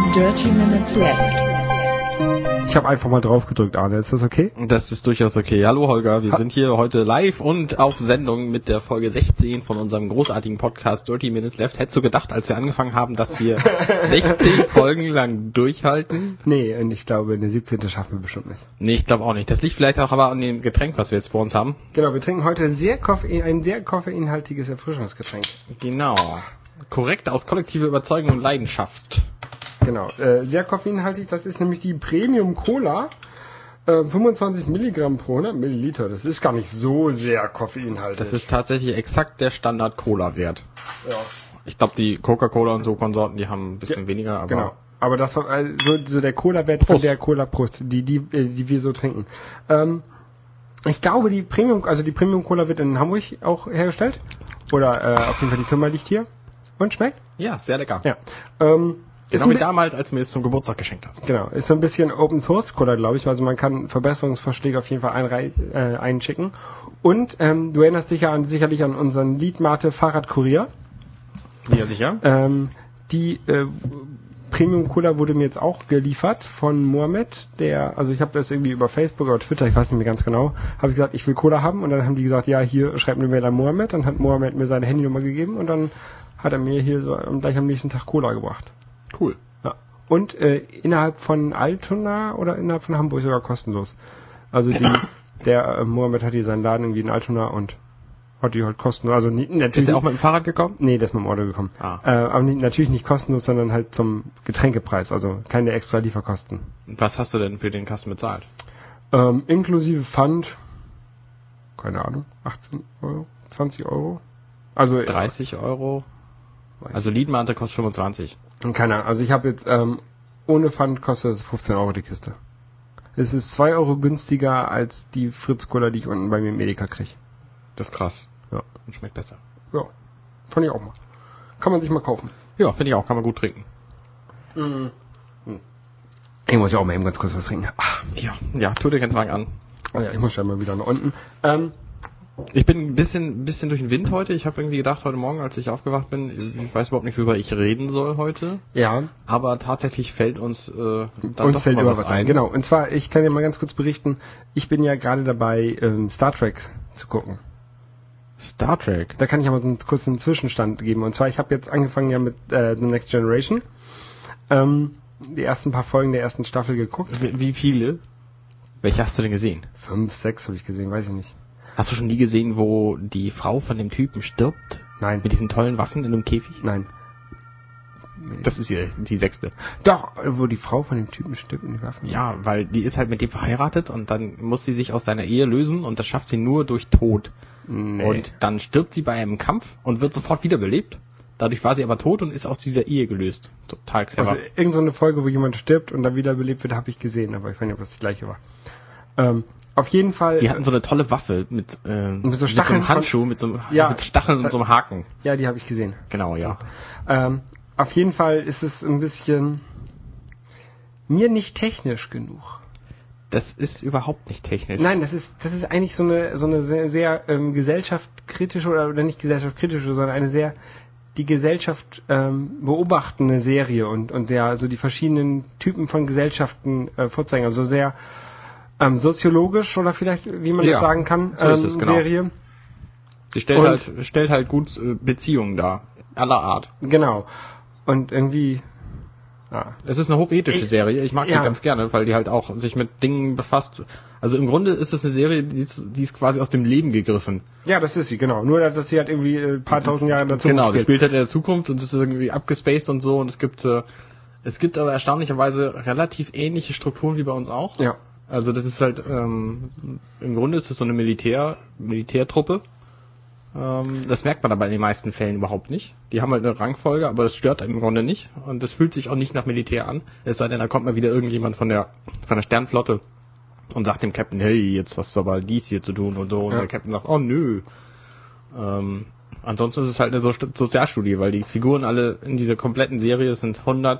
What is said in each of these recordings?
Dirty Minutes Left. Ich habe einfach mal drauf gedrückt, Arne. Ist das okay? Das ist durchaus okay. Hallo Holger, wir sind hier heute live und auf Sendung mit der Folge 16 von unserem großartigen Podcast Dirty Minutes Left. Hättest du gedacht, als wir angefangen haben, dass wir 16 Folgen lang durchhalten? Nee, und ich glaube, eine 17. schaffen wir bestimmt nicht. Nee, ich glaube auch nicht. Das liegt vielleicht auch aber an dem Getränk, was wir jetzt vor uns haben. Genau, wir trinken heute ein sehr koffeinhaltiges Erfrischungsgetränk. Genau. Korrekt aus kollektiver Überzeugung und Leidenschaft. Genau, sehr koffeinhaltig. Das ist nämlich die Premium Cola. 25 Milligramm pro 100 Milliliter. Das ist gar nicht so sehr koffeinhaltig. Das ist tatsächlich exakt der Standard-Cola-Wert. Ja. Ich glaube, die Coca-Cola und so Konsorten, die haben ein bisschen weniger, aber... Genau. Aber das war so der Cola-Wert von der Cola-Prost, die wir so trinken. Ich glaube, die Premium Cola wird in Hamburg auch hergestellt. Oder auf jeden Fall die Firma liegt hier. Und schmeckt? Ja, sehr lecker. Ja. Genau wie damals, als du mir es zum Geburtstag geschenkt hast. Genau, ist so ein bisschen Open Source Cola, glaube ich. Also man kann Verbesserungsvorschläge auf jeden Fall einschicken. Und du erinnerst dich ja sicherlich an unseren Leadmate Fahrradkurier. Ja, sicher. Die Premium Cola wurde mir jetzt auch geliefert von Mohammed, also ich habe das irgendwie über Facebook oder Twitter, ich weiß nicht mehr ganz genau, habe ich gesagt, ich will Cola haben und dann haben die gesagt, ja, hier schreibt eine Mail an Mohammed, dann hat Mohammed mir seine Handynummer gegeben und dann hat er mir hier so gleich am nächsten Tag Cola gebracht. Cool. Ja. Und innerhalb von Altona oder innerhalb von Hamburg sogar kostenlos. Also der Mohammed hat hier seinen Laden irgendwie in Altona und hat die halt kostenlos. Also natürlich. Ist er auch mit dem Fahrrad gekommen? Nee, der ist mit dem Auto gekommen. Aber natürlich nicht kostenlos, sondern halt zum Getränkepreis. Also keine extra Lieferkosten. Was hast du denn für den Kasten bezahlt? Inklusive Pfand, keine Ahnung, 18 Euro, 20 Euro. Also 30 Euro? Also Leadmate kostet 25. Keine Ahnung. Also ich habe jetzt ohne Pfand kostet es 15 Euro die Kiste. Es ist 2 Euro günstiger als die Fritz Cola, die ich unten bei mir im Edeka kriege. Das ist krass. Ja. Und schmeckt besser. Ja. Fand ich auch mal. Kann man sich mal kaufen. Ja, finde ich auch. Kann man gut trinken. Ich muss ja auch mal eben ganz kurz was trinken. Ja, tu dir ganz lang an. Oh ja, ich muss ja mal wieder nach unten. Ich bin ein bisschen durch den Wind heute. Ich habe irgendwie gedacht, heute Morgen, als ich aufgewacht bin, ich weiß überhaupt nicht, worüber ich reden soll heute. Ja. Aber tatsächlich fällt uns dann uns doch fällt mal was ein. Genau. Und zwar, ich kann dir mal ganz kurz berichten, ich bin ja gerade dabei, Star Trek zu gucken. Star Trek? Da kann ich aber so einen kurzen Zwischenstand geben. Und zwar, ich habe jetzt angefangen ja mit The Next Generation. Die ersten paar Folgen der ersten Staffel geguckt. Wie viele? Welche hast du denn gesehen? 5, 6 habe ich gesehen, weiß ich nicht. Hast du schon die gesehen, wo die Frau von dem Typen stirbt? Nein. Mit diesen tollen Waffen in einem Käfig? Nein. Das ist die 6. Doch, wo die Frau von dem Typen stirbt in die Waffen. Ja, weil die ist halt mit dem verheiratet und dann muss sie sich aus seiner Ehe lösen und das schafft sie nur durch Tod. Nee. Und dann stirbt sie bei einem Kampf und wird sofort wiederbelebt. Dadurch war sie aber tot und ist aus dieser Ehe gelöst. Total clever. Also irgend so eine Folge, wo jemand stirbt und dann wiederbelebt wird, habe ich gesehen, aber ich weiß nicht, ob das die gleiche war. Auf jeden Fall. Die hatten so eine tolle Waffe mit so Stacheln, mit so einem Handschuh, mit Stacheln und so einem Haken. Ja, die habe ich gesehen. Genau, ja. Auf jeden Fall ist es ein bisschen mir nicht technisch genug. Das ist überhaupt nicht technisch. Nein, das ist eigentlich so eine sehr gesellschaftskritische oder nicht gesellschaftskritische, sondern eine sehr die Gesellschaft beobachtende Serie und der so die verschiedenen Typen von Gesellschaften vorzeigen. Also sehr soziologisch oder vielleicht, wie man das sagen kann, so ist es, genau. Serie. Sie stellt halt gut Beziehungen dar. Aller Art. Genau. Und irgendwie... Ja. Es ist eine hochethische Serie. Ich mag die ganz gerne, weil die halt auch sich mit Dingen befasst. Also im Grunde ist es eine Serie, die ist quasi aus dem Leben gegriffen. Ja, das ist sie, genau. Nur, dass sie halt irgendwie ein paar tausend Jahre dazu Genau, das spielt halt in der Zukunft und es ist irgendwie abgespaced und so. Und es gibt aber erstaunlicherweise relativ ähnliche Strukturen wie bei uns auch. Ja. Also das ist halt, im Grunde ist es so eine Militärtruppe. Das merkt man aber in den meisten Fällen überhaupt nicht. Die haben halt eine Rangfolge, aber das stört im Grunde nicht. Und das fühlt sich auch nicht nach Militär an. Es sei denn, da kommt mal wieder irgendjemand von der Sternflotte und sagt dem Captain, hey, jetzt hast du aber dies hier zu tun und so. Und der Captain sagt, oh nö. Ansonsten ist es halt eine Sozialstudie, weil die Figuren alle in dieser kompletten Serie, es sind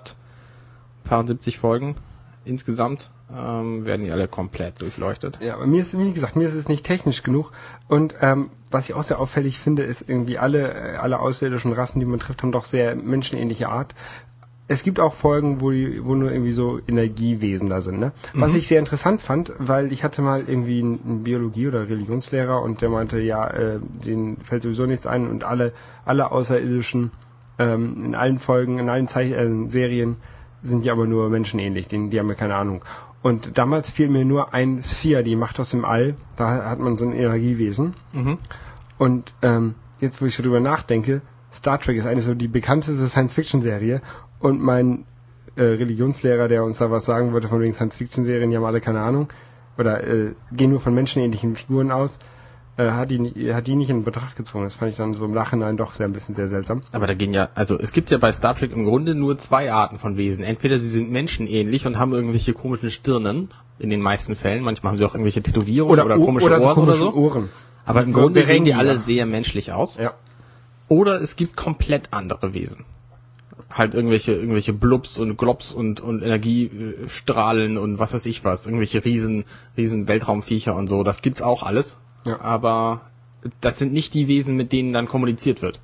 170 Folgen insgesamt, werden die alle komplett durchleuchtet. Ja, aber mir ist es nicht technisch genug. Und was ich auch sehr auffällig finde, ist irgendwie alle außerirdischen Rassen, die man trifft, haben doch sehr menschenähnliche Art. es gibt auch Folgen, wo nur irgendwie so Energiewesen da sind, ne? Was ich sehr interessant fand, weil ich hatte mal irgendwie einen Biologie- oder Religionslehrer und der meinte, ja, denen fällt sowieso nichts ein und alle Außerirdischen in allen Folgen, in allen Serien sind ja aber nur menschenähnlich, die haben ja keine Ahnung. Und damals fiel mir nur ein Sphere, die Macht aus dem All, da hat man so ein Energiewesen. Und jetzt, wo ich so drüber nachdenke, Star Trek ist eigentlich so die bekannteste Science-Fiction-Serie und mein Religionslehrer, der uns da was sagen wollte von wegen Science-Fiction-Serien, die haben alle keine Ahnung oder gehen nur von menschenähnlichen Figuren aus, hat die nicht in Betracht gezogen. Das fand ich dann so im Nachhinein doch ein bisschen sehr seltsam. Aber da gehen ja, also es gibt ja bei Star Trek im Grunde nur zwei Arten von Wesen. Entweder sie sind menschenähnlich und haben irgendwelche komischen Stirnen, in den meisten Fällen. Manchmal haben sie auch irgendwelche Tätowierungen oder komische Ohren oder so. Ohren. Aber im Grunde sehen die alle sehr menschlich aus. Ja. Oder es gibt komplett andere Wesen. Halt irgendwelche Blubs und Globs und Energiestrahlen und was weiß ich was. Irgendwelche riesen Weltraumviecher und so. Das gibt's auch alles. Ja. Aber das sind nicht die Wesen, mit denen dann kommuniziert wird.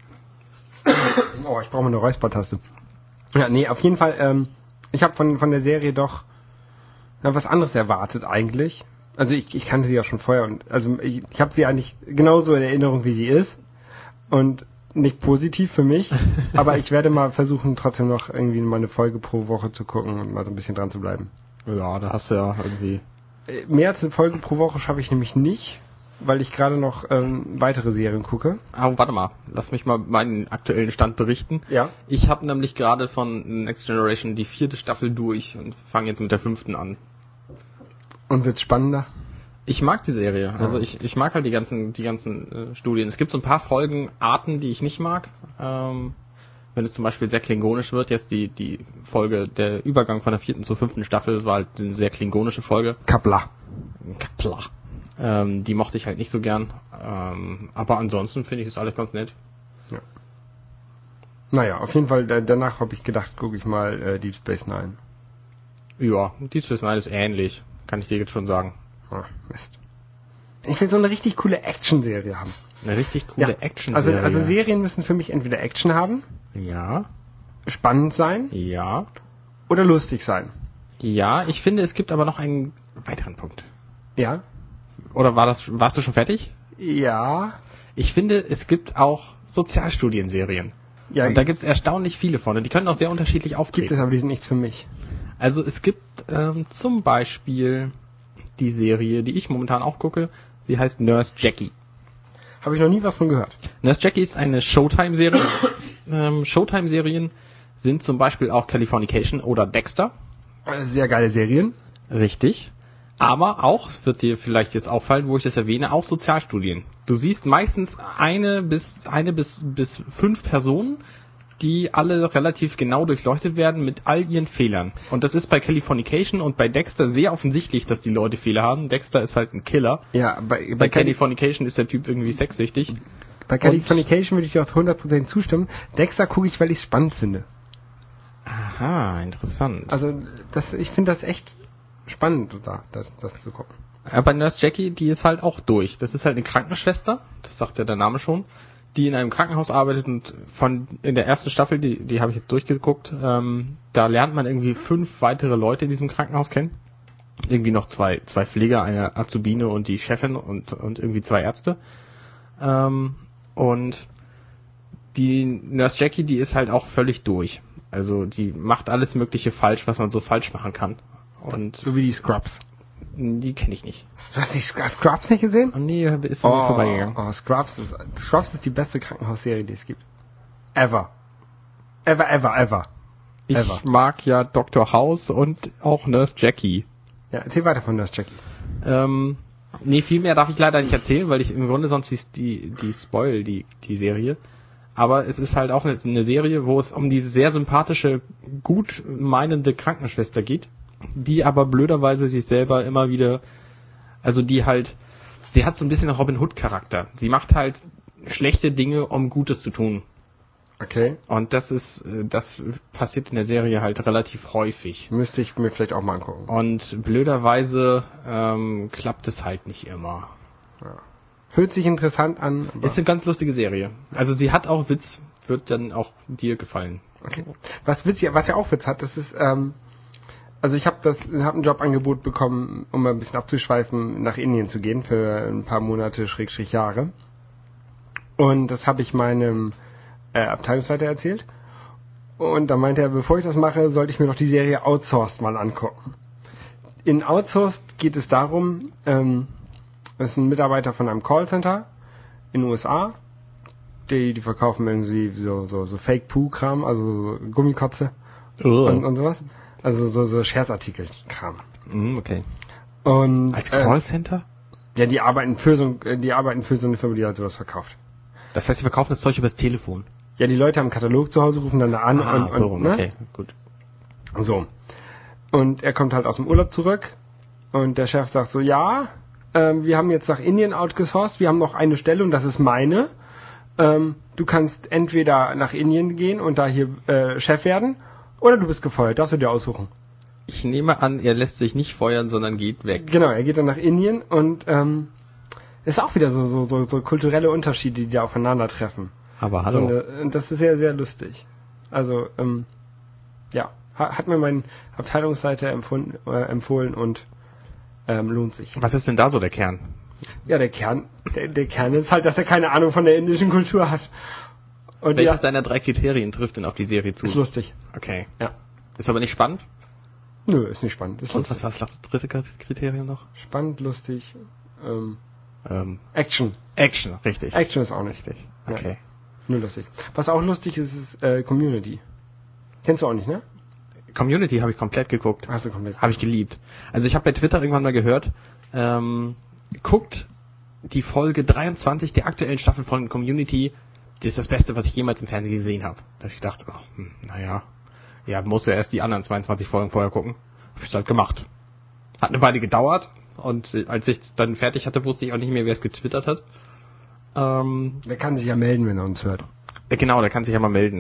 Oh, ich brauche mal eine Räuspertaste. Ja, nee, auf jeden Fall, ich habe von der Serie doch was anderes erwartet eigentlich. Also ich kannte sie ja schon vorher und also ich habe sie eigentlich genauso in Erinnerung, wie sie ist. Und nicht positiv für mich, aber ich werde mal versuchen, trotzdem noch irgendwie mal eine Folge pro Woche zu gucken und mal so ein bisschen dran zu bleiben. Ja, da hast du ja irgendwie... Mehr als eine Folge pro Woche schaffe ich nämlich nicht, weil ich gerade noch weitere Serien gucke. Aber warte mal, lass mich mal meinen aktuellen Stand berichten. Ja. Ich habe nämlich gerade von Next Generation die 4. Staffel durch und fange jetzt mit der 5. an. Und wird's spannender? Ich mag die Serie. Also ich mag halt die ganzen Studien. Es gibt so ein paar Folgenarten, die ich nicht mag. Wenn es zum Beispiel sehr klingonisch wird, jetzt die Folge, der Übergang von der 4. zur 5. Staffel, das war halt eine sehr klingonische Folge. Kapla. Die mochte ich halt nicht so gern. Aber ansonsten finde ich es alles ganz nett. Ja. Naja, auf jeden Fall, danach habe ich gedacht, gucke ich mal Deep Space Nine. Ja, Deep Space Nine ist ähnlich, kann ich dir jetzt schon sagen. Oh, Mist. Ich will so eine richtig coole Action-Serie haben. Eine richtig coole Action-Serie. Also Serien müssen für mich entweder Action haben, ja, spannend sein, ja, oder lustig sein. ja. Ich finde, es gibt aber noch einen weiteren Punkt. Ja? Oder warst du schon fertig? Ja. Ich finde, es gibt auch Sozialstudienserien. Ja. Und da gibt es erstaunlich viele von. Und die können auch sehr unterschiedlich auftreten. Gibt es, aber die sind nichts für mich. Also es gibt zum Beispiel die Serie, die ich momentan auch gucke. Sie heißt Nurse Jackie. Habe ich noch nie was von gehört. Nurse Jackie ist eine Showtime-Serie. Showtime-Serien sind zum Beispiel auch Californication oder Dexter. Sehr geile Serien. Richtig. Aber auch, wird dir vielleicht jetzt auffallen, wo ich das erwähne, auch Sozialstudien. Du siehst meistens eine bis 5 Personen, die alle relativ genau durchleuchtet werden mit all ihren Fehlern. Und das ist bei Californication und bei Dexter sehr offensichtlich, dass die Leute Fehler haben. Dexter ist halt ein Killer. Ja, bei Californication ist der Typ irgendwie sexsüchtig. Bei Californication würde ich auch 100% zustimmen. Dexter gucke ich, weil ich es spannend finde. Aha, interessant. Also ich finde das echt spannend, das zu gucken. Aber Nurse Jackie, die ist halt auch durch. Das ist halt eine Krankenschwester, das sagt ja der Name schon, die in einem Krankenhaus arbeitet und in der ersten Staffel, die habe ich jetzt durchgeguckt, da lernt man irgendwie 5 weitere Leute in diesem Krankenhaus kennen. Irgendwie noch zwei Pfleger, eine Azubine und die Chefin und irgendwie 2 Ärzte. Und die Nurse Jackie, die ist halt auch völlig durch. Also die macht alles Mögliche falsch, was man so falsch machen kann. Und so wie die Scrubs. Die kenne ich nicht. Du hast die Scrubs nicht gesehen? Oh nee, ist an mir vorbeigegangen. Oh, Scrubs ist die beste Krankenhausserie, die es gibt. Ever. Ever. Ich mag ja Dr. House und auch Nurse Jackie. Ja, erzähl weiter von Nurse Jackie. Nee, viel mehr darf ich leider nicht erzählen, weil ich im Grunde sonst die spoil, die Serie. Aber es ist halt auch eine Serie, wo es um diese sehr sympathische, gut meinende Krankenschwester geht, die aber blöderweise sich selber immer wieder, also sie hat so ein bisschen Robin Hood Charakter. Sie macht halt schlechte Dinge, um Gutes zu tun. Okay. Und das passiert in der Serie halt relativ häufig. Müsste ich mir vielleicht auch mal angucken. Und blöderweise klappt es halt nicht immer. Ja. Hört sich interessant an. Ist eine ganz lustige Serie. Also sie hat auch Witz, wird dann auch dir gefallen. Okay. Was ja auch Witz hat, das ist, also ich habe ein Jobangebot bekommen, um mal ein bisschen abzuschweifen, nach Indien zu gehen für ein paar Monate, / Jahre. Und das habe ich meinem Abteilungsleiter erzählt. Und da meinte er, bevor ich das mache, sollte ich mir doch die Serie Outsourced mal angucken. In Outsourced geht es darum, das ist ein Mitarbeiter von einem Callcenter in den USA, die verkaufen irgendwie so Fake-Poo-Kram, also so Gummikotze und sowas. Also so Scherzartikel-Kram. Okay. Und als Callcenter? Ja, die arbeiten für so eine Firma, die halt sowas verkauft. Das heißt, sie verkaufen das Zeug übers Telefon? Ja, die Leute haben einen Katalog zu Hause, rufen dann da an und so rum, ne? Okay, gut. So. Und er kommt halt aus dem Urlaub zurück und der Chef sagt so, ja, wir haben jetzt nach Indien outgesourced, wir haben noch eine Stelle und das ist meine. Du kannst entweder nach Indien gehen und da hier Chef werden oder du bist gefeuert, darfst du dir aussuchen. Ich nehme an, er lässt sich nicht feuern, sondern geht weg. Genau, er geht dann nach Indien und ist auch wieder so kulturelle Unterschiede, die da aufeinandertreffen. Aber hallo. Und das ist sehr, sehr lustig. Also, ja, hat mir mein Abteilungsleiter empfohlen und lohnt sich. Was ist denn da so der Kern? Ja, der Kern ist halt, dass er keine Ahnung von der indischen Kultur hat. Und welches deiner 3 Kriterien trifft denn auf die Serie zu? Ist lustig. Okay. Ja. Ist aber nicht spannend? Nö, ist nicht spannend. Ist und lustig. was war das 3. Kriterium noch? Spannend, lustig, Action. Action, richtig. Action ist auch nicht. Richtig. Ja. Okay. Nur lustig. Was auch lustig ist, ist Community. Kennst du auch nicht, ne? Community habe ich komplett geguckt. Hast du komplett. Habe ich geliebt. Also ich habe bei Twitter irgendwann mal gehört, guckt die Folge 23 der aktuellen Staffel von Community, das ist das Beste, was ich jemals im Fernsehen gesehen habe. Da habe ich gedacht, naja, muss ja erst die anderen 22 Folgen vorher gucken. Habe ich halt gemacht. Hat eine Weile gedauert und als ich es dann fertig hatte, wusste ich auch nicht mehr, wer es getwittert hat. Der kann sich ja melden, wenn er uns hört. Genau, der kann sich ja mal melden.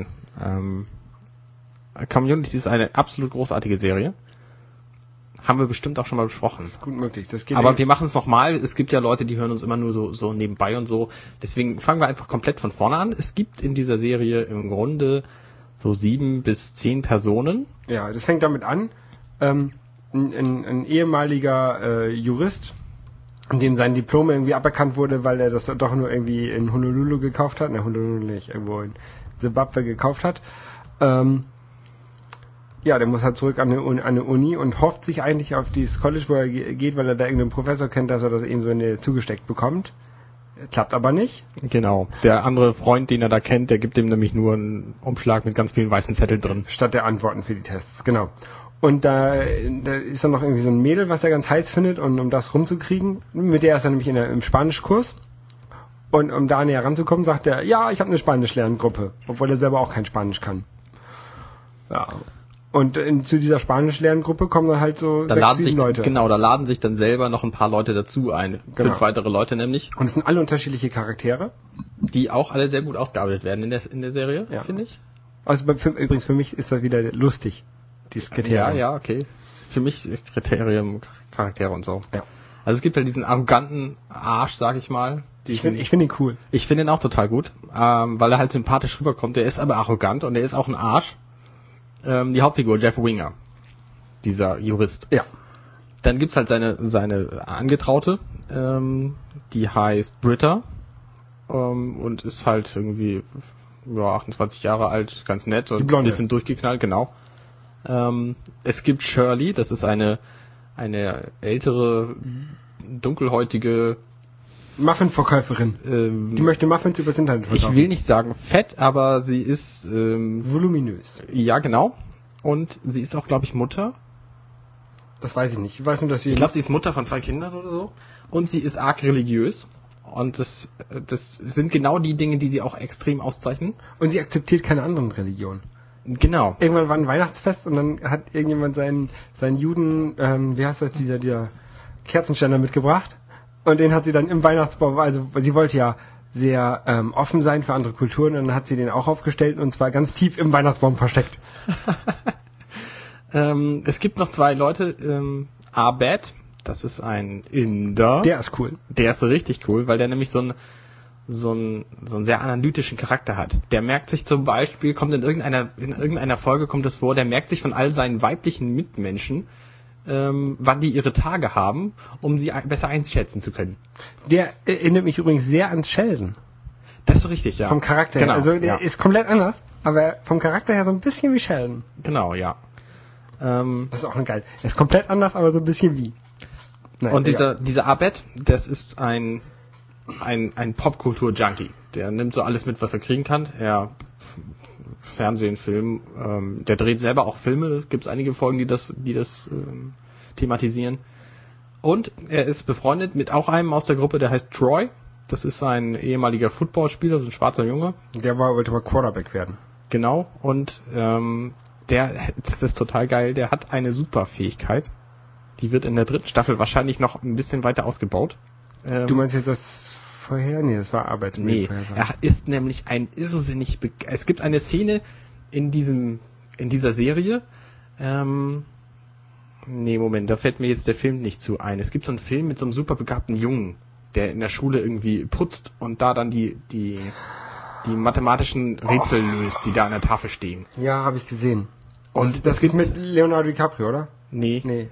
Community ist eine absolut großartige Serie. Haben wir bestimmt auch schon mal besprochen. Das ist gut möglich. Das geht aber wir machen es nochmal. Es gibt ja Leute, die hören uns immer nur so nebenbei und so. Deswegen fangen wir einfach komplett von vorne an. Es gibt in dieser Serie im Grunde so 7 bis 10 Personen. Ja, das fängt damit an. Ein ehemaliger Jurist, dem sein Diplom irgendwie aberkannt wurde, weil er das doch nur irgendwie in Honolulu gekauft hat. Ne, Honolulu nicht, irgendwo in Zimbabwe gekauft hat. Ja, der muss halt zurück an eine Uni und hofft sich eigentlich auf dieses College, wo er geht, weil er da irgendeinen Professor kennt, dass er das eben so zugesteckt bekommt. Klappt aber nicht. Genau. Der andere Freund, den er da kennt, der gibt ihm nämlich nur einen Umschlag mit ganz vielen weißen Zetteln drin. Statt der Antworten für die Tests, genau. Und da ist dann noch irgendwie so ein Mädel, was er ganz heiß findet, und um das rumzukriegen, mit der ist er nämlich im Spanischkurs. Und um da näher ranzukommen, sagt er, ja, ich habe eine Spanisch-Lerngruppe, obwohl er selber auch kein Spanisch kann. Ja. Und zu dieser Spanisch-Lerngruppe kommen dann halt so 6, 7 Leute. Genau, da laden sich dann selber noch ein paar Leute dazu ein. Genau. 5 weitere Leute nämlich. Und es sind alle unterschiedliche Charaktere. Die auch alle sehr gut ausgearbeitet werden in der Serie, ja, finde ich. Also übrigens für mich ist das wieder lustig, dieses Kriterium. Ja, okay. Für mich Kriterium, Charaktere und so. Ja. Also es gibt halt diesen arroganten Arsch, sag ich mal. Ich finde ihn cool. Ich finde ihn auch total gut, weil er halt sympathisch rüberkommt. Der ist aber arrogant und er ist auch ein Arsch. Die Hauptfigur, Jeff Winger, dieser Jurist. Ja. Dann gibt's halt seine Angetraute, die heißt Britta, und ist halt irgendwie 28 Jahre alt, ganz nett und ein bisschen durchgeknallt, genau. Es gibt Shirley, das ist eine ältere, dunkelhäutige Muffinverkäuferin. Die möchte Muffins übers Internet verkaufen. Ich will nicht sagen fett, aber sie ist voluminös. Ja, genau. Und sie ist auch, glaube ich, Mutter. Das weiß ich nicht. Ich weiß nur, dass sie... Ich glaube, sie ist Mutter von 2 Kindern oder so. Und sie ist arg religiös. Und das sind genau die Dinge, die sie auch extrem auszeichnen. Und sie akzeptiert keine anderen Religionen. Genau. Irgendwann war ein Weihnachtsfest und dann hat irgendjemand seinen Juden, wie heißt das, dieser Kerzenständer mitgebracht. Und den hat sie dann im Weihnachtsbaum, also sie wollte ja sehr offen sein für andere Kulturen, und dann hat sie den auch aufgestellt und zwar ganz tief im Weihnachtsbaum versteckt. Es gibt noch 2 Leute, Abed, das ist ein Inder. Der ist cool. Der ist richtig cool, weil der nämlich so so einen sehr analytischen Charakter hat. Der merkt sich zum Beispiel, in irgendeiner Folge kommt es vor, der merkt sich von all seinen weiblichen Mitmenschen, wann die ihre Tage haben, um sie besser einschätzen zu können. Der erinnert mich übrigens sehr an Sheldon. Das ist richtig, ja. Vom Charakter her. Also der ist komplett anders, aber vom Charakter her so ein bisschen wie Sheldon. Genau, ja. Das ist auch geil. Er ist komplett anders, aber so ein bisschen wie. Nein, und dieser Abed, das ist ein Popkultur-Junkie. Der nimmt so alles mit, was er kriegen kann. Fernsehen, Film, der dreht selber auch Filme. Gibt es einige Folgen, die das thematisieren. Und er ist befreundet mit auch einem aus der Gruppe, der heißt Troy. Das ist ein ehemaliger Footballspieler, so ein schwarzer Junge. Der wollte mal Quarterback werden. Genau. Und das ist total geil, der hat eine Superfähigkeit. Die wird in der 3. Staffel wahrscheinlich noch ein bisschen weiter ausgebaut. Du meinst jetzt das vorher? Nee, das war Arbeit. Nee, er ist nämlich ein irrsinnig... Es gibt eine Szene in dieser Serie. Moment, da fällt mir jetzt der Film nicht zu ein. Es gibt so einen Film mit so einem super begabten Jungen, der in der Schule irgendwie putzt und da dann die mathematischen Rätsel löst, die da an der Tafel stehen. Ja, habe ich gesehen. Und das ist mit Leonardo DiCaprio, oder? Nee.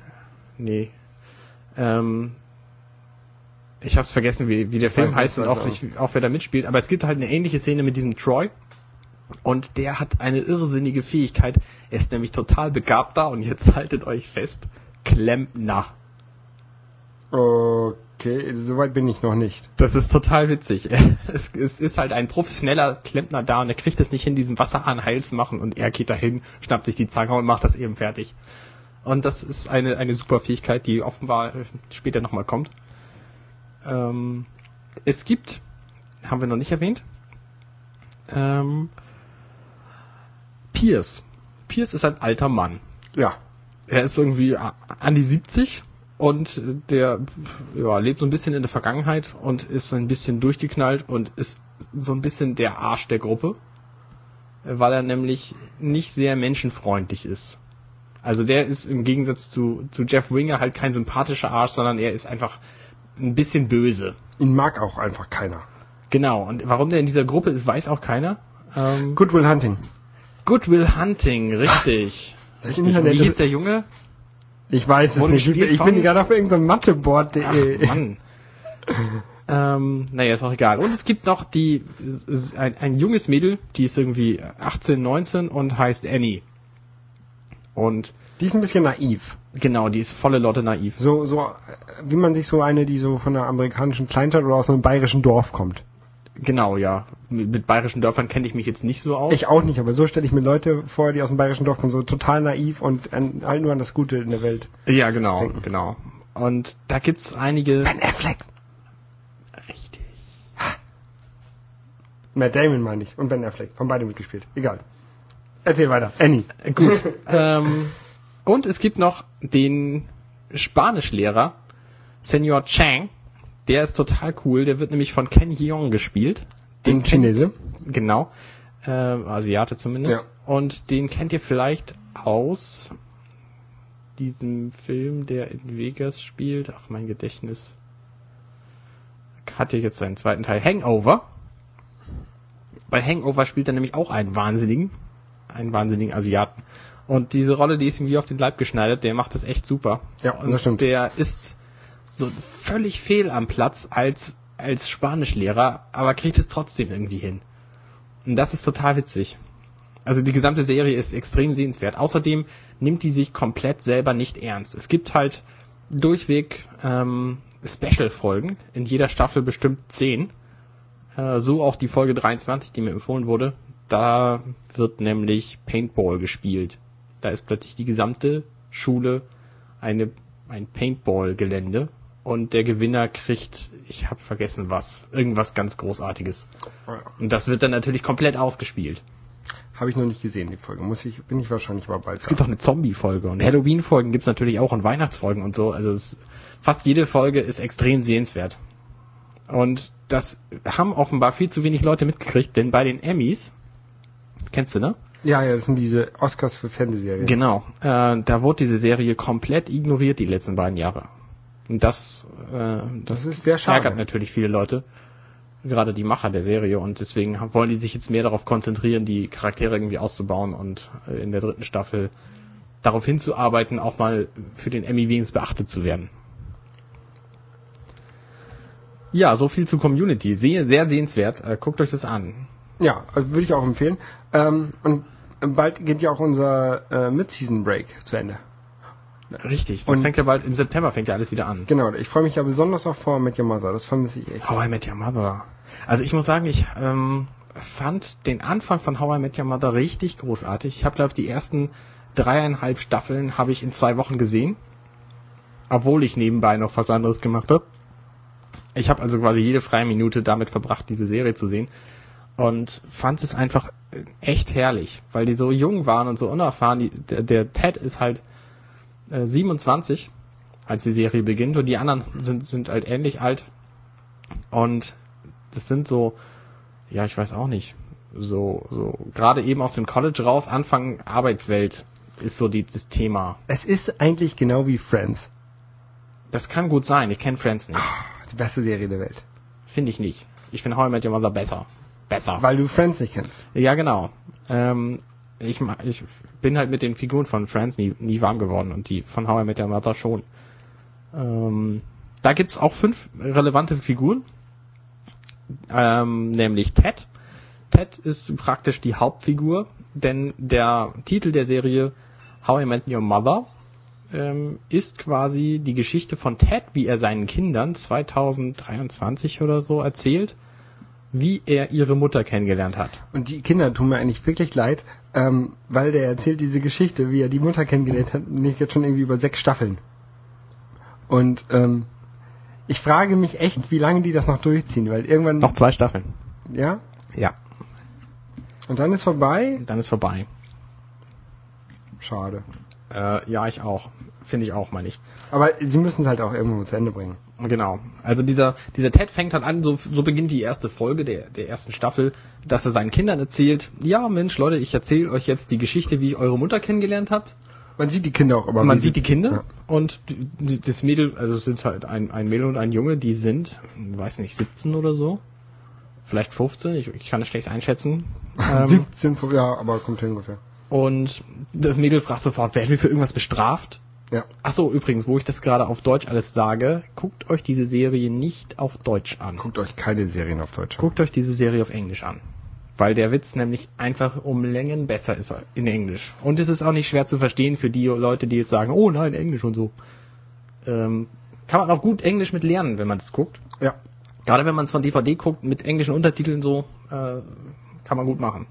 Ich hab's vergessen, wie der Film heißt und auch wer da mitspielt. Aber es gibt halt eine ähnliche Szene mit diesem Troy. Und der hat eine irrsinnige Fähigkeit. Er ist nämlich total begabt da und jetzt haltet euch fest. Klempner. Okay, soweit bin ich noch nicht. Das ist total witzig. Es ist halt ein professioneller Klempner da und er kriegt es nicht hin, diesen Wasserhahn heil zu machen und er geht dahin, schnappt sich die Zange und macht das eben fertig. Und das ist eine super Fähigkeit, die offenbar später nochmal kommt. Es gibt, haben wir noch nicht erwähnt, Pierce. Pierce ist ein alter Mann. Ja. Er ist irgendwie an die 70 und der lebt so ein bisschen in der Vergangenheit und ist ein bisschen durchgeknallt und ist so ein bisschen der Arsch der Gruppe, weil er nämlich nicht sehr menschenfreundlich ist. Also der ist im Gegensatz zu Jeff Winger halt kein sympathischer Arsch, sondern er ist einfach ein bisschen böse. Ihn mag auch einfach keiner. Genau, und warum der in dieser Gruppe ist, weiß auch keiner. Good Will Hunting. Good Will Hunting, richtig. Wie hieß der Junge? Ich weiß es nicht. Ich bin gerade auf irgendeinem Matheboard.de. Mann. Ist auch egal. Und es gibt noch ein junges Mädel, die ist irgendwie 18, 19 und heißt Annie. Und die ist ein bisschen naiv. Genau, die ist volle Lotte naiv. So wie man sich so eine, die so von einer amerikanischen Kleinstadt oder aus einem bayerischen Dorf kommt. Genau, ja. Mit bayerischen Dörfern kenne ich mich jetzt nicht so aus. Ich auch nicht, aber so stelle ich mir Leute vor, die aus dem bayerischen Dorf kommen, so total naiv und halt nur an das Gute in der Welt. Ja, genau. Und da gibt's einige... Ben Affleck. Richtig. Matt Damon meine ich und Ben Affleck. Von beiden mitgespielt. Egal. Erzähl weiter. Annie. Gut. Und es gibt noch den Spanischlehrer, Senor Chang. Der ist total cool. Der wird nämlich von Ken Jeong gespielt. Den Chinese. Genau. Asiate zumindest. Ja. Und den kennt ihr vielleicht aus diesem Film, der in Vegas spielt. Ach, mein Gedächtnis hat ja jetzt seinen zweiten Teil. Hangover. Bei Hangover spielt er nämlich auch einen wahnsinnigen Asiaten. Und diese Rolle, die ist ihm wie auf den Leib geschneidert. Der macht das echt super. Ja, und das stimmt. Der ist so völlig fehl am Platz als Spanischlehrer, aber kriegt es trotzdem irgendwie hin. Und das ist total witzig. Also die gesamte Serie ist extrem sehenswert. Außerdem nimmt die sich komplett selber nicht ernst. Es gibt halt durchweg Special-Folgen, in jeder Staffel bestimmt 10. So auch die Folge 23, die mir empfohlen wurde. Da wird nämlich Paintball gespielt. Da ist plötzlich die gesamte Schule ein Paintball-Gelände und der Gewinner kriegt, ich habe vergessen was, irgendwas ganz Großartiges. Und das wird dann natürlich komplett ausgespielt. Habe ich noch nicht gesehen, die Folge. Bin ich wahrscheinlich aber bald. Es gibt auch eine Zombie-Folge und Halloween-Folgen gibt's natürlich auch und Weihnachtsfolgen und so. Also fast jede Folge ist extrem sehenswert. Und das haben offenbar viel zu wenig Leute mitgekriegt, denn bei den Emmys, kennst du, ne? Ja, das sind diese Oscars für Fernsehserien. Genau. Da wurde diese Serie komplett ignoriert die letzten beiden Jahre. Und das ist sehr schade. Ärgert natürlich viele Leute. gerade die Macher der Serie, und deswegen wollen die sich jetzt mehr darauf konzentrieren, die Charaktere irgendwie auszubauen und in der 3. Staffel darauf hinzuarbeiten, auch mal für den Emmy wenigstens beachtet zu werden. Ja, so viel zu Community. Sehr sehenswert. Guckt euch das an. Ja, also würde ich auch empfehlen. Und bald geht ja auch unser Mid-Season-Break zu Ende. Richtig, das fängt ja bald, im September fängt ja alles wieder an. Genau, ich freue mich ja besonders auf How I Met Your Mother, das vermisse ich echt. How I Met Your Mother. Also ich muss sagen, ich fand den Anfang von How I Met Your Mother richtig großartig. Ich habe, glaube ich, die ersten 3,5 Staffeln habe ich in 2 Wochen gesehen, obwohl ich nebenbei noch was anderes gemacht habe. Ich habe also quasi jede freie Minute damit verbracht, diese Serie zu sehen, und fand es einfach echt herrlich, weil die so jung waren und so unerfahren. Der Ted ist halt 27, als die Serie beginnt, und die anderen sind halt ähnlich alt, und das sind so, ja, ich weiß auch nicht, so gerade eben aus dem College raus, Anfang Arbeitswelt ist so das Thema. Es ist eigentlich genau wie Friends. Das kann gut sein, ich kenne Friends nicht. Die beste Serie der Welt. Finde ich nicht. Ich finde How I Met Your Mother besser. Weil du Friends nicht kennst. Ja, genau. Ich bin halt mit den Figuren von Friends nie warm geworden, und die von How I Met Your Mother schon. Da gibt's auch 5 relevante Figuren, nämlich Ted. Ted ist praktisch die Hauptfigur, denn der Titel der Serie How I Met Your Mother ist quasi die Geschichte von Ted, wie er seinen Kindern 2023 oder so erzählt, wie er ihre Mutter kennengelernt hat. Und die Kinder tun mir eigentlich wirklich leid, weil der erzählt diese Geschichte, wie er die Mutter kennengelernt hat, nicht jetzt schon irgendwie über 6 Staffeln. Und ich frage mich echt, wie lange die das noch durchziehen, weil irgendwann... Noch 2 Staffeln. Ja? Ja. Und dann ist vorbei? Dann ist vorbei. Schade. Ja, ich auch. Finde ich auch, meine ich. Aber sie müssen es halt auch irgendwo zu Ende bringen. Genau. Also dieser Ted fängt halt an, so beginnt die erste Folge der ersten Staffel, dass er seinen Kindern erzählt, ja Mensch, Leute, ich erzähle euch jetzt die Geschichte, wie ich eure Mutter kennengelernt habt. Man sieht die Kinder auch immer. Man sieht die Kinder, ja. Und das Mädel, also es sind halt ein Mädel und ein Junge, die sind, weiß nicht, 17 oder so. Vielleicht 15, ich kann es schlecht einschätzen. 17, ja, aber kommt hin ungefähr. Und das Mädel fragt sofort, werden wir für irgendwas bestraft? Ja. Ach so, übrigens, wo ich das gerade auf Deutsch alles sage, guckt euch diese Serie nicht auf Deutsch an. Guckt euch keine Serien auf Deutsch an. Guckt euch diese Serie auf Englisch an. Weil der Witz nämlich einfach um Längen besser ist in Englisch. Und es ist auch nicht schwer zu verstehen für die Leute, die jetzt sagen, oh nein, Englisch und so. Kann man auch gut Englisch mit lernen, wenn man das guckt. Ja. Gerade wenn man es von DVD guckt, mit englischen Untertiteln so, kann man gut machen.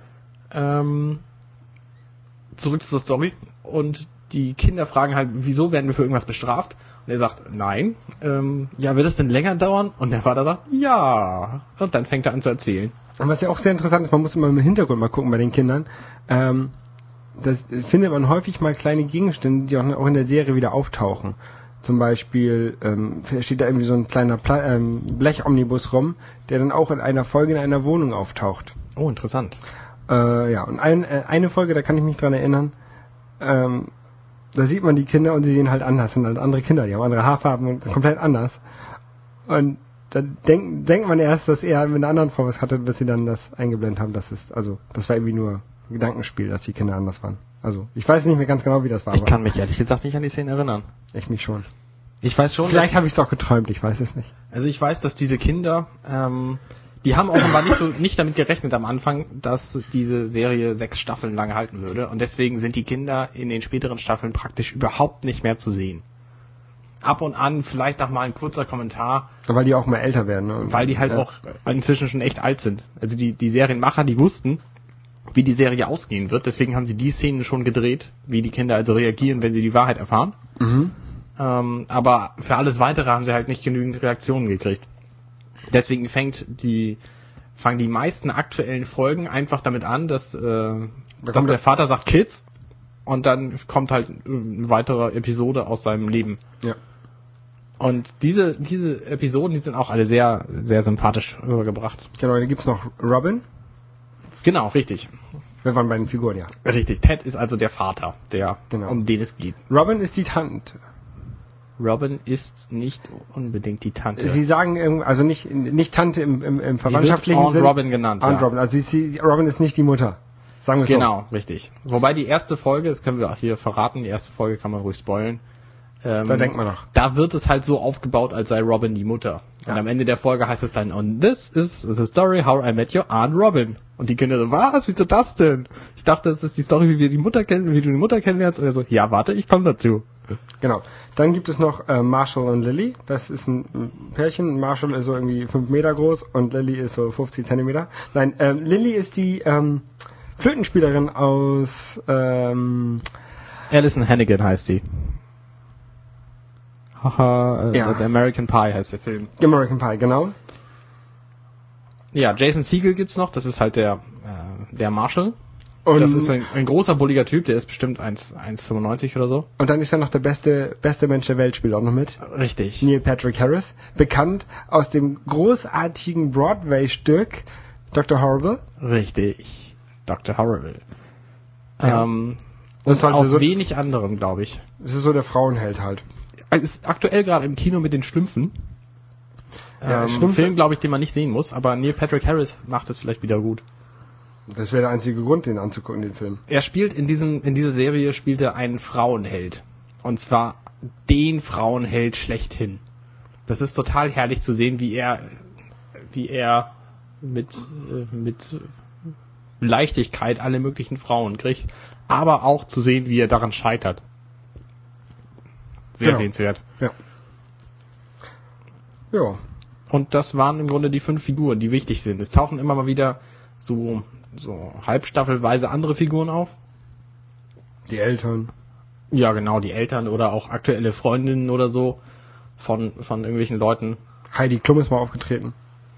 Zurück zur Story. Und die Kinder fragen halt, wieso werden wir für irgendwas bestraft? Und er sagt, nein. Ja, wird es denn länger dauern? Und der Vater sagt, ja. Und dann fängt er an zu erzählen. Und was ja auch sehr interessant ist, man muss immer im Hintergrund mal gucken bei den Kindern. Das findet man häufig mal kleine Gegenstände, die auch in der Serie wieder auftauchen. Zum Beispiel steht da irgendwie so ein kleiner Blechomnibus rum, der dann auch in einer Folge in einer Wohnung auftaucht. Oh, interessant. Ja, und eine Folge, da kann ich mich dran erinnern, da sieht man die Kinder und sie sehen halt anders, sind halt andere Kinder, die haben andere Haarfarben und komplett anders. Und da denkt man erst, dass er mit einer anderen Frau was hatte, bis sie dann das eingeblendet haben, das war irgendwie nur ein Gedankenspiel, dass die Kinder anders waren. Also, ich weiß nicht mehr ganz genau, wie das war. Ich kann mich ehrlich gesagt nicht an die Szene erinnern. Ich mich schon. Ich weiß schon, vielleicht habe ich es auch geträumt, ich weiß es nicht. Also ich weiß, dass diese Kinder, die haben offenbar nicht damit gerechnet am Anfang, dass diese Serie 6 Staffeln lang halten würde. Und deswegen sind die Kinder in den späteren Staffeln praktisch überhaupt nicht mehr zu sehen. Ab und an vielleicht auch mal ein kurzer Kommentar. Weil die auch mal älter werden. Ne? Weil die halt auch inzwischen schon echt alt sind. Also die Serienmacher, die wussten, wie die Serie ausgehen wird. Deswegen haben sie die Szenen schon gedreht, wie die Kinder also reagieren, wenn sie die Wahrheit erfahren. Mhm. Aber für alles Weitere haben sie halt nicht genügend Reaktionen gekriegt. Deswegen fangen die meisten aktuellen Folgen einfach damit an, dass der Vater sagt Kids und dann kommt halt eine weitere Episode aus seinem Leben. Ja. Und diese Episoden, die sind auch alle sehr, sehr sympathisch rübergebracht. Genau, da gibt's noch Robin. Genau, richtig. Wir waren bei den Figuren, ja. Richtig, Ted ist also der Vater, um den es geht. Robin ist die Tante. Robin ist nicht unbedingt die Tante. Sie sagen also nicht Tante im verwandtschaftlichen Aunt Sinn. Robin genannt, Aunt Robin, also Robin ist nicht die Mutter. Sagen wir so. Genau, richtig. Wobei die erste Folge, das können wir auch hier verraten, die erste Folge kann man ruhig spoilen. Da denkt man doch. Da wird es halt so aufgebaut, als sei Robin die Mutter. Und am Ende der Folge heißt es dann, and this is the story how I met your Aunt Robin. Und die Kinder so, was? Wieso das denn? Ich dachte, das ist die Story, wie du die Mutter kennenlernst. Und er so, ja, warte, ich komme dazu. Genau. Dann gibt es noch Marshall und Lily. Das ist ein Pärchen. Marshall ist so irgendwie 5 Meter groß und Lily ist so 50 Zentimeter. Nein, Lily ist die Flötenspielerin aus Alison Hannigan heißt sie. Haha, American Pie heißt der Film. American Pie, genau. Ja, Jason Segel gibt's noch, das ist halt der Marshall. Und das ist ein großer, bulliger Typ, der ist bestimmt 1,95 oder so. Und dann ist ja noch der beste Mensch der Welt, spielt auch noch mit. Richtig. Neil Patrick Harris, bekannt aus dem großartigen Broadway-Stück Dr. Horrible. Richtig, Dr. Horrible. Ja. Und aus so wenig anderem, glaube ich. Das ist so der Frauenheld halt. Ist aktuell gerade im Kino mit den Schlümpfen. Film, glaube ich, den man nicht sehen muss, aber Neil Patrick Harris macht es vielleicht wieder gut. Das wäre der einzige Grund, den anzugucken, den Film. Er spielt in dieser Serie spielt er einen Frauenheld. Und zwar den Frauenheld schlechthin. Das ist total herrlich zu sehen, wie er mit Leichtigkeit alle möglichen Frauen kriegt, aber auch zu sehen, wie er daran scheitert. Sehr sehenswert. Ja. Ja. Und das waren im Grunde die 5 Figuren, die wichtig sind. Es tauchen immer mal wieder so halbstaffelweise andere Figuren auf. Die Eltern. Ja, genau, die Eltern oder auch aktuelle Freundinnen oder so von irgendwelchen Leuten. Heidi Klum ist mal aufgetreten.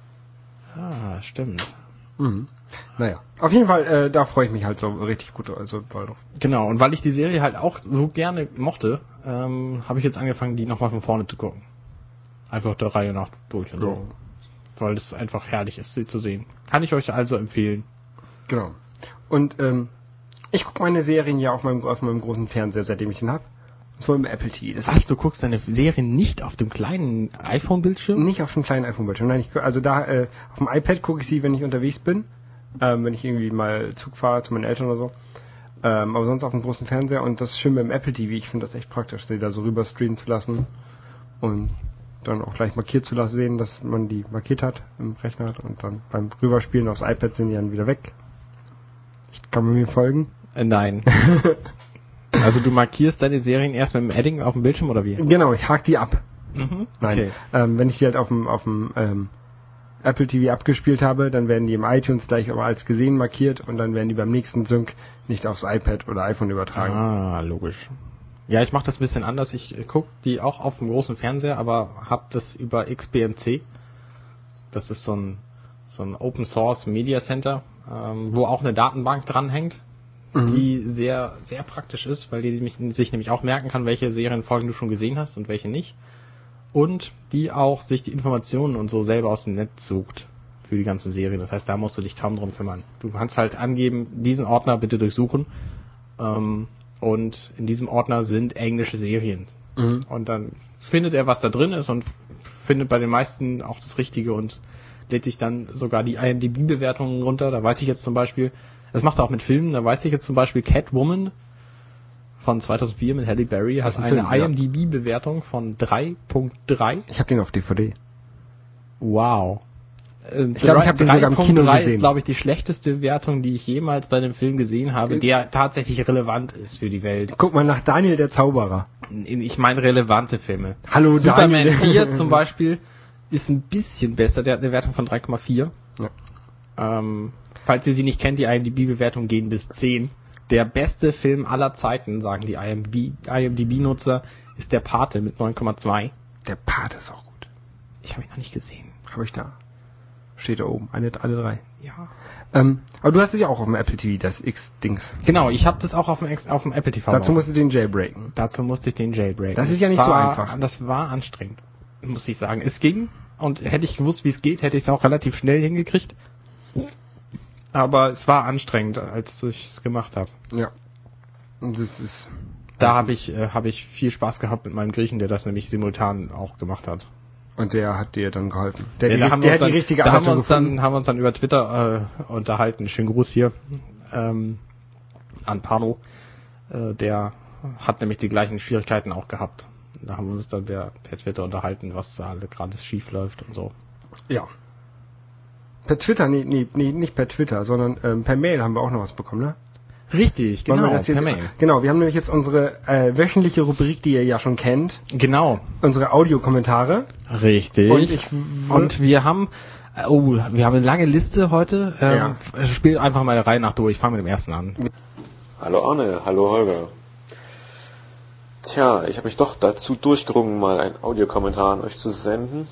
Ah, stimmt. Mhm. Naja, auf jeden Fall, da freue ich mich halt so richtig gut also bald drauf. Genau, und weil ich die Serie halt auch so gerne mochte, habe ich jetzt angefangen, die nochmal von vorne zu gucken. Einfach der Reihe nach durch und so. Weil es einfach herrlich ist, sie zu sehen. Kann ich euch also empfehlen. Genau. Und ich gucke meine Serien ja auf meinem großen Fernseher, seitdem ich ihn habe. Und zwar im Apple TV. Du guckst deine Serien nicht auf dem kleinen iPhone-Bildschirm? Nicht auf dem kleinen iPhone-Bildschirm. Nein, auf dem iPad gucke ich sie, wenn ich unterwegs bin. Wenn ich irgendwie mal Zug fahre zu meinen Eltern oder so. Aber sonst auf dem großen Fernseher. Und das ist schön beim Apple TV. Ich finde das echt praktisch, die da so rüber streamen zu lassen. Und dann auch gleich markiert zu lassen, sehen, dass man die markiert hat im Rechner. Und dann beim Rüberspielen aufs iPad sind die dann wieder weg. Kann man mir folgen? Nein. Also du markierst deine Serien erst mit dem Edding auf dem Bildschirm oder wie? Genau, ich hake die ab. Mhm, okay. Nein, wenn ich die halt auf dem Apple TV abgespielt habe, dann werden die im iTunes gleich immer als gesehen markiert und dann werden die beim nächsten Sync nicht aufs iPad oder iPhone übertragen. Ah, logisch. Ja, ich mache das ein bisschen anders. Ich gucke die auch auf dem großen Fernseher, aber habe das über XBMC. Das ist so ein Open Source Media Center, wo auch eine Datenbank dranhängt, die sehr, sehr praktisch ist, weil die sich nämlich auch merken kann, welche Serienfolgen du schon gesehen hast und welche nicht. Und die auch sich die Informationen und so selber aus dem Netz sucht für die ganze Serie. Das heißt, da musst du dich kaum drum kümmern. Du kannst halt angeben, diesen Ordner bitte durchsuchen. Und in diesem Ordner sind englische Serien. Mhm. Und dann findet er, was da drin ist und findet bei den meisten auch das Richtige und lädt sich dann sogar die IMDb-Bewertungen runter. Da weiß ich jetzt zum Beispiel, das macht er auch mit Filmen, da weiß ich jetzt zum Beispiel Catwoman von 2004 mit Halle Berry hat eine IMDb-Bewertung von 3.3. Ich habe den auf DVD. Wow. Ich glaube, ich habe den sogar im Kino gesehen. Ist, glaube ich, die schlechteste Wertung, die ich jemals bei einem Film gesehen habe, der tatsächlich relevant ist für die Welt. Guck mal nach Daniel der Zauberer. Ich meine relevante Filme. Hallo Superman Daniel. 4 zum Beispiel ist ein bisschen besser, der hat eine Wertung von 3,4. Ja. Falls ihr sie nicht kennt, die IMDb-Bewertungen gehen bis 10. Der beste Film aller Zeiten, sagen die IMDb-Nutzer, ist Der Pate mit 9,2. Der Pate ist auch gut. Ich habe ihn noch nicht gesehen. Habe ich da. Steht da oben. Alle 3. Ja. Aber du hast es ja auch auf dem Apple TV, das X-Dings. Genau, ich habe das auch auf dem Apple TV. Dazu musst du den jailbreaken. Dazu musste ich den jailbreaken. Das ist ja nicht so einfach. Das war anstrengend, muss ich sagen. Es ging und hätte ich gewusst, wie es geht, hätte ich es auch relativ schnell hingekriegt. Aber es war anstrengend, als ich es gemacht habe. Ja. Und das ist Da habe ich viel Spaß gehabt mit meinem Griechen, der das nämlich simultan auch gemacht hat. Und der hat dir dann geholfen. Der Ja, hat die richtige Anleitung gefunden. Haben wir uns dann über Twitter unterhalten. Schönen Gruß hier an Pano. Der hat nämlich die gleichen Schwierigkeiten auch gehabt. Da haben wir uns dann per Twitter unterhalten, was da gerade schief läuft und so. Ja. Per Twitter, nee, nicht per Twitter, sondern per Mail haben wir auch noch was bekommen, ne? Richtig, genau, per Mail. Genau, wir haben nämlich jetzt unsere wöchentliche Rubrik, die ihr ja schon kennt. Genau. Unsere Audiokommentare. Richtig. Und wir haben eine lange Liste heute. Ja. Spiel einfach mal der Reihe nach durch. Ich fange mit dem ersten an. Hallo Arne, hallo Holger. Tja, ich habe mich doch dazu durchgerungen, mal einen Audiokommentar an euch zu senden.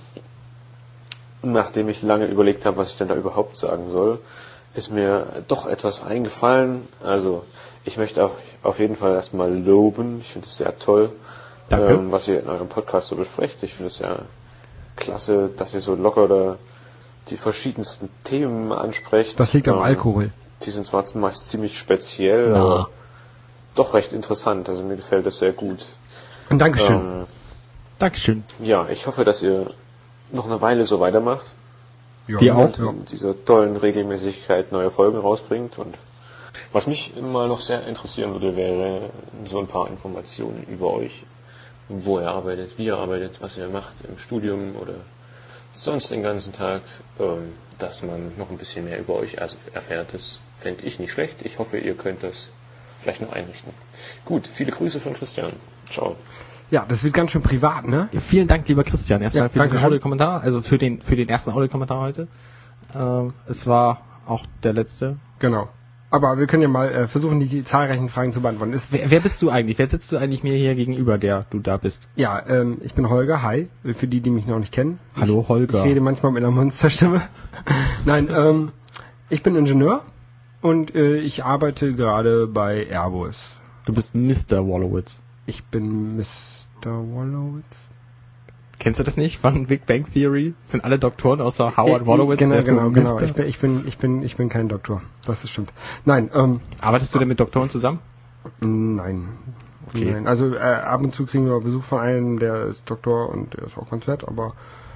Nachdem ich lange überlegt habe, was ich denn da überhaupt sagen soll, ist mir doch etwas eingefallen. Also, ich möchte auch auf jeden Fall erstmal loben. Ich finde es sehr toll, was ihr in eurem Podcast so besprecht. Ich finde es ja klasse, dass ihr so locker die verschiedensten Themen ansprecht. Das liegt am Alkohol. Die sind zwar meist ziemlich speziell, aber doch recht interessant. Also mir gefällt das sehr gut. Und Dankeschön. Dankeschön. Ja, ich hoffe, dass ihr noch eine Weile so weitermacht. Ja, wir auch. In dieser tollen Regelmäßigkeit neue Folgen rausbringt. Und was mich immer noch sehr interessieren würde, wäre so ein paar Informationen über euch. Wo ihr arbeitet, wie ihr arbeitet, was ihr macht im Studium oder sonst den ganzen Tag. Dass man noch ein bisschen mehr über euch erfährt, das fände ich nicht schlecht. Ich hoffe, ihr könnt das vielleicht noch einrichten. Gut, viele Grüße von Christian. Ciao. Ja, das wird ganz schön privat, ne? Vielen Dank, lieber Christian, erstmal für diesen Audiokommentar, also für den ersten Audiokommentar heute. Es war auch der letzte. Genau. Aber wir können ja mal versuchen, die zahlreichen Fragen zu beantworten. Wer bist du eigentlich? Wer sitzt du eigentlich mir hier gegenüber, der du da bist? Ja, ich bin Holger. Hi. Für die mich noch nicht kennen. Hallo, Holger. Ich rede manchmal mit einer Monsterstimme. Nein, ich bin Ingenieur und ich arbeite gerade bei Airbus. Du bist Mr. Wolowitz. Ich bin Mr. Wolowitz. Kennst du das nicht von Big Bang Theory? Das sind alle Doktoren außer Howard Wolowitz. Genau. Ich bin kein Doktor. Das ist stimmt. Nein. Arbeitest du denn mit Doktoren zusammen? Nein. Okay. Nein. Also ab und zu kriegen wir Besuch von einem, der ist Doktor und der ist auch ganz nett, aber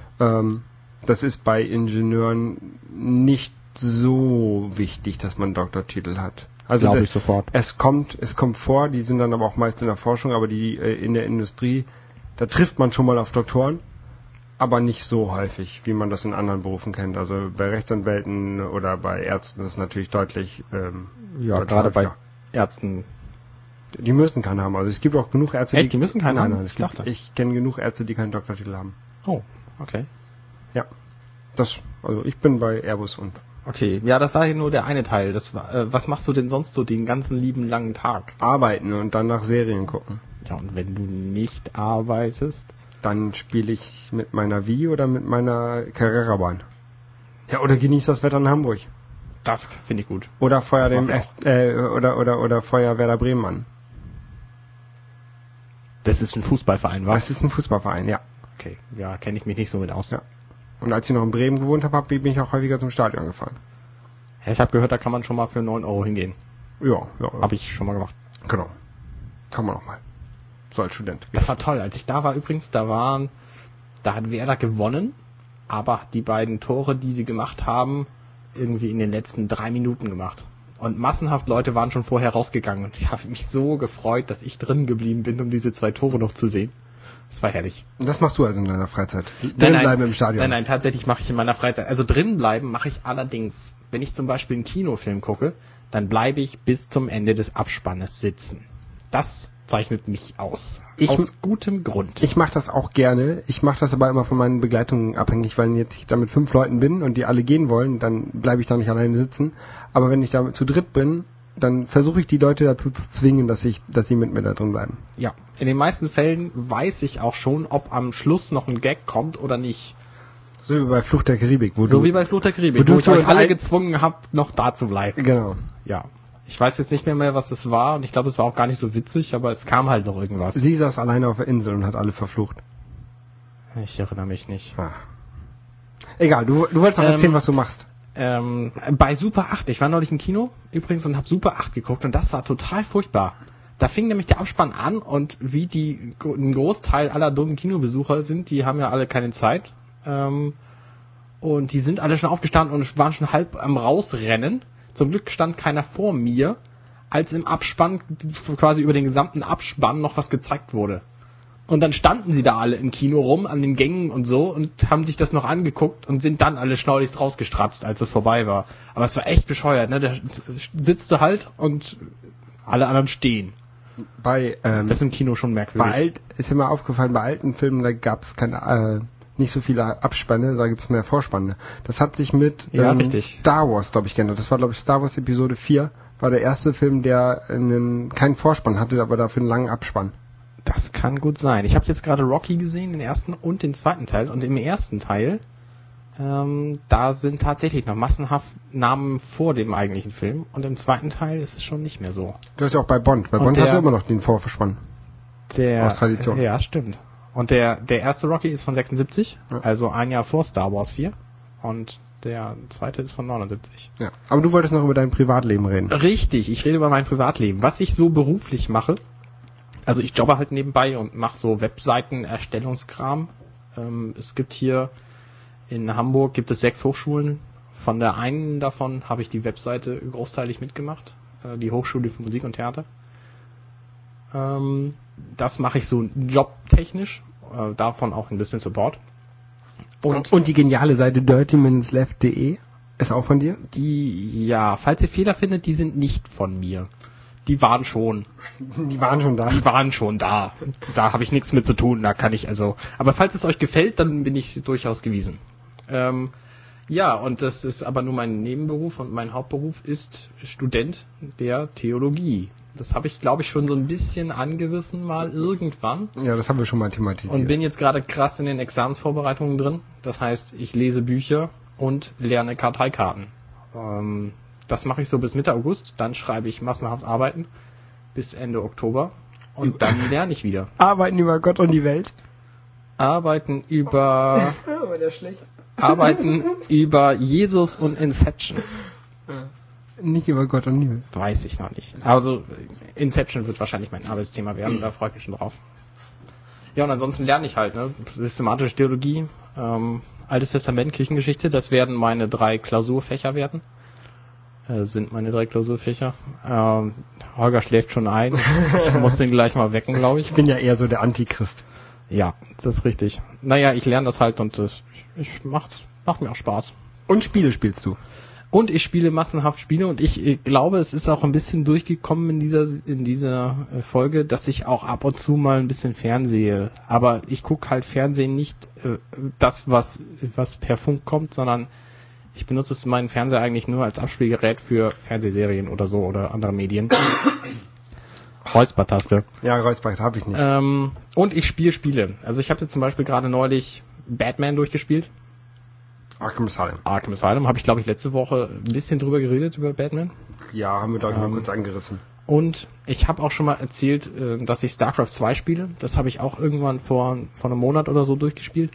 das ist bei Ingenieuren nicht so wichtig, dass man Doktortitel hat. Also glaube ich sofort. Es kommt vor, die sind dann aber auch meist in der Forschung, aber die in der Industrie, da trifft man schon mal auf Doktoren, aber nicht so häufig, wie man das in anderen Berufen kennt. Also bei Rechtsanwälten oder bei Ärzten ist es natürlich deutlich. Ja, gerade bei Ärzten. Die müssen keinen haben. Also es gibt auch genug Ärzte, die müssen keinen haben? Nein, ich kenne genug Ärzte, die keinen Doktortitel haben. Oh, okay. Ja. Also ich bin bei Airbus und. Okay, ja, das war hier nur der eine Teil. Das war, was machst du denn sonst so den ganzen lieben langen Tag? Arbeiten und dann nach Serien gucken. Ja, und wenn du nicht arbeitest? Dann spiele ich mit meiner Wii oder mit meiner Carrera-Bahn. Ja, oder genieße das Wetter in Hamburg. Das finde ich gut. Oder Feuer oder Feuer Werder Bremen an. Das ist ein Fußballverein, was? Das ist ein Fußballverein, ja. Okay, ja, kenne ich mich nicht so mit aus. Ja. Und als ich noch in Bremen gewohnt habe, bin ich auch häufiger zum Stadion gefahren. Ja, ich habe gehört, da kann man schon mal für 9 Euro hingehen. Ja. Habe ich schon mal gemacht. Genau. Kann man auch mal. So als Student. Das war toll. Als ich da war übrigens, da hat Werder gewonnen, aber die beiden Tore, die sie gemacht haben, irgendwie in den letzten 3 Minuten gemacht. Und massenhaft Leute waren schon vorher rausgegangen. Und ich habe mich so gefreut, dass ich drin geblieben bin, um diese 2 Tore noch zu sehen. Das war herrlich. Und das machst du also in deiner Freizeit? Drin bleiben im Stadion? Nein, tatsächlich mache ich in meiner Freizeit. Also drin bleiben mache ich allerdings, wenn ich zum Beispiel einen Kinofilm gucke, dann bleibe ich bis zum Ende des Abspannes sitzen. Das zeichnet mich aus. Aus gutem Grund. Ich mache das auch gerne. Ich mache das aber immer von meinen Begleitungen abhängig, weil jetzt ich da mit 5 Leuten bin und die alle gehen wollen, dann bleibe ich da nicht alleine sitzen. Aber wenn ich da zu dritt bin, dann versuche ich die Leute dazu zu zwingen, dass sie mit mir da drin bleiben. Ja, in den meisten Fällen weiß ich auch schon, ob am Schluss noch ein Gag kommt oder nicht. So wie bei Fluch der Karibik. Wo ich euch alle gezwungen habe, noch da zu bleiben. Genau. Ja. Ich weiß jetzt nicht mehr, was es war und ich glaube, es war auch gar nicht so witzig, aber es kam halt noch irgendwas. Sie saß alleine auf der Insel und hat alle verflucht. Ich erinnere mich nicht. Ah. Egal, du wolltest doch erzählen, was du machst. Bei Super 8. Ich war neulich im Kino übrigens und habe Super 8 geguckt und das war total furchtbar. Da fing nämlich der Abspann an und wie ein Großteil aller dummen Kinobesucher sind, die haben ja alle keine Zeit. Und die sind alle schon aufgestanden und waren schon halb am Rausrennen. Zum Glück stand keiner vor mir, als im Abspann, quasi über den gesamten Abspann, noch was gezeigt wurde. Und dann standen sie da alle im Kino rum, an den Gängen und so, und haben sich das noch angeguckt und sind dann alle schleunig rausgestratzt, als es vorbei war. Aber es war echt bescheuert, ne? Der sitzt du halt und alle anderen stehen. Das ist im Kino schon merkwürdig. Ist mir aufgefallen, bei alten Filmen, da gab es nicht so viele Abspanne, da gibt es mehr Vorspanne. Das hat sich mit Star Wars, glaube ich, geändert. Das war, glaube ich, Star Wars Episode 4, war der erste Film, der keinen Vorspann hatte, aber dafür einen langen Abspann. Das kann gut sein. Ich habe jetzt gerade Rocky gesehen, den ersten und den zweiten Teil. Und im ersten Teil, da sind tatsächlich noch massenhaft Namen vor dem eigentlichen Film. Und im zweiten Teil ist es schon nicht mehr so. Du hast ja auch bei Bond. Bei Bond hast du immer noch den Vorspann. Aus Tradition. Ja, stimmt. Und der erste Rocky ist von 76, also ein Jahr vor Star Wars 4. Und der zweite ist von 79. Ja. Aber du wolltest noch über dein Privatleben reden. Richtig, ich rede über mein Privatleben. Was ich so beruflich mache, also ich jobbe halt nebenbei und mache so Webseiten-Erstellungskram. Es gibt hier in Hamburg 6 Hochschulen. Von der einen davon habe ich die Webseite großteilig mitgemacht. Die Hochschule für Musik und Theater. Das mache ich so jobtechnisch, davon auch ein bisschen Support. Und die geniale Seite dirtyminutesleft.de ist auch von dir? Falls ihr Fehler findet, die sind nicht von mir. Die waren schon. Die waren schon da. Die waren schon da. Da habe ich nichts mit zu tun, da kann ich aber falls es euch gefällt, dann bin ich durchaus gewiesen. Und das ist aber nur mein Nebenberuf und mein Hauptberuf ist Student der Theologie. Das habe ich, glaube ich, schon so ein bisschen angerissen mal irgendwann. Ja, das haben wir schon mal thematisiert. Und bin jetzt gerade krass in den Examensvorbereitungen drin. Das heißt, ich lese Bücher und lerne Karteikarten. Das mache ich so bis Mitte August. Dann schreibe ich massenhaft Arbeiten bis Ende Oktober. Und dann lerne ich wieder. Arbeiten über Gott und die Welt? Arbeiten über Jesus und Inception. Nicht über Gott und die Welt. Weiß ich noch nicht. Also Inception wird wahrscheinlich mein Arbeitsthema werden, da freue ich mich schon drauf. Ja, und ansonsten lerne ich halt, systematische Theologie, Altes Testament, Kirchengeschichte, das werden meine 3 Klausurfächer werden. Sind meine 3 Klausurfächer. Holger schläft schon ein. Ich muss den gleich mal wecken, glaube ich. Ich bin ja eher so der Antichrist. Ja, das ist richtig. Naja, ich lerne das halt und macht mir auch Spaß. Und Spiele spielst du? Und ich spiele massenhaft Spiele und ich glaube, es ist auch ein bisschen durchgekommen in dieser Folge, dass ich auch ab und zu mal ein bisschen fernsehe. Aber ich gucke halt Fernsehen nicht das, was per Funk kommt, sondern ich benutze meinen Fernseher eigentlich nur als Abspielgerät für Fernsehserien oder so oder andere Medien. Räuspertaste. Ja, Räusper habe ich nicht. Und ich spiele Spiele. Also ich habe jetzt zum Beispiel gerade neulich Batman durchgespielt. Arkham Asylum habe ich, glaube ich, letzte Woche ein bisschen drüber geredet, über Batman. Ja, haben wir da mal kurz angerissen. Und ich habe auch schon mal erzählt, dass ich StarCraft 2 spiele. Das habe ich auch irgendwann vor einem Monat oder so durchgespielt.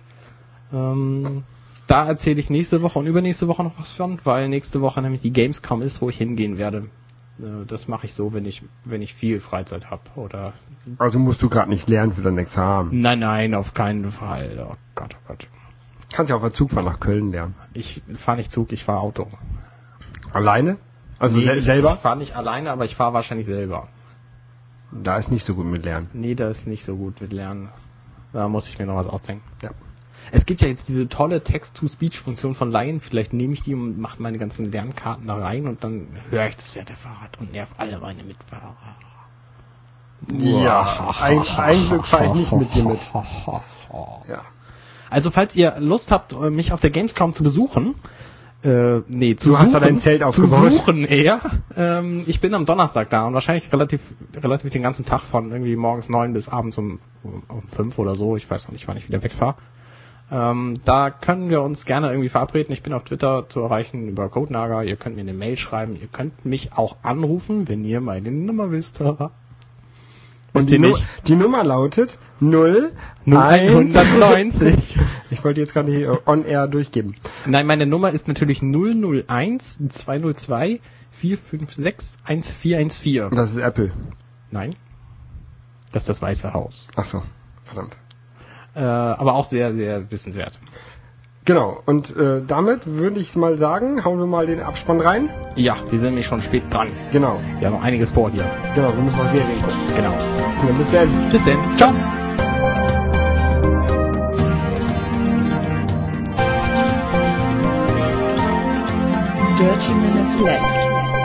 Da erzähle ich nächste Woche und übernächste Woche noch was von, weil nächste Woche nämlich die Gamescom ist, wo ich hingehen werde. Das mache ich so, wenn ich viel Freizeit habe. Also musst du gerade nicht lernen für dein Examen? Nein, auf keinen Fall. Oh Gott. Kannst ja auf der Zugfahrt nach Köln lernen. Ich fahre nicht Zug, ich fahre Auto. Alleine? Also nee, selber? Ich fahre nicht alleine, aber ich fahre wahrscheinlich selber. Da ist nicht so gut mit Lernen. Nee, da ist nicht so gut mit Lernen. Da muss ich mir noch was ausdenken. Ja. Es gibt ja jetzt diese tolle Text-to-Speech-Funktion von Lion. Vielleicht nehme ich die und mache meine ganzen Lernkarten da rein und dann höre ich das während der Fahrt und nerv alle meine Mitfahrer. Ja, ein Glück fahre ich nicht mit dir mit. Ja. Also falls ihr Lust habt, mich auf der Gamescom zu besuchen, hast da dein Zelt aufgebaut. Zu suchen eher. Ich bin am Donnerstag da und wahrscheinlich relativ den ganzen Tag von irgendwie morgens 9 bis abends um 5 oder so. Ich weiß noch nicht, wann ich wieder wegfahre. Da können wir uns gerne irgendwie verabreden. Ich bin auf Twitter zu erreichen über Codenaga. Ihr könnt mir eine Mail schreiben. Ihr könnt mich auch anrufen, wenn ihr meine Nummer wisst. Und die Nummer lautet 0190. Ich wollte jetzt gar nicht on air durchgeben. Nein, meine Nummer ist natürlich 001 202 456 1414. Das ist Apple. Nein. Das ist das Weiße Haus. Ach so, verdammt. Aber auch sehr, sehr wissenswert. Genau, und damit würde ich mal sagen, hauen wir mal den Abspann rein. Ja, wir sind nämlich schon spät dran. Genau. Wir haben noch einiges vor hier. Genau, wir müssen noch Serien gucken. Genau. Ja, bis dann. Bis denn. Ciao. Dirty Minutes Left.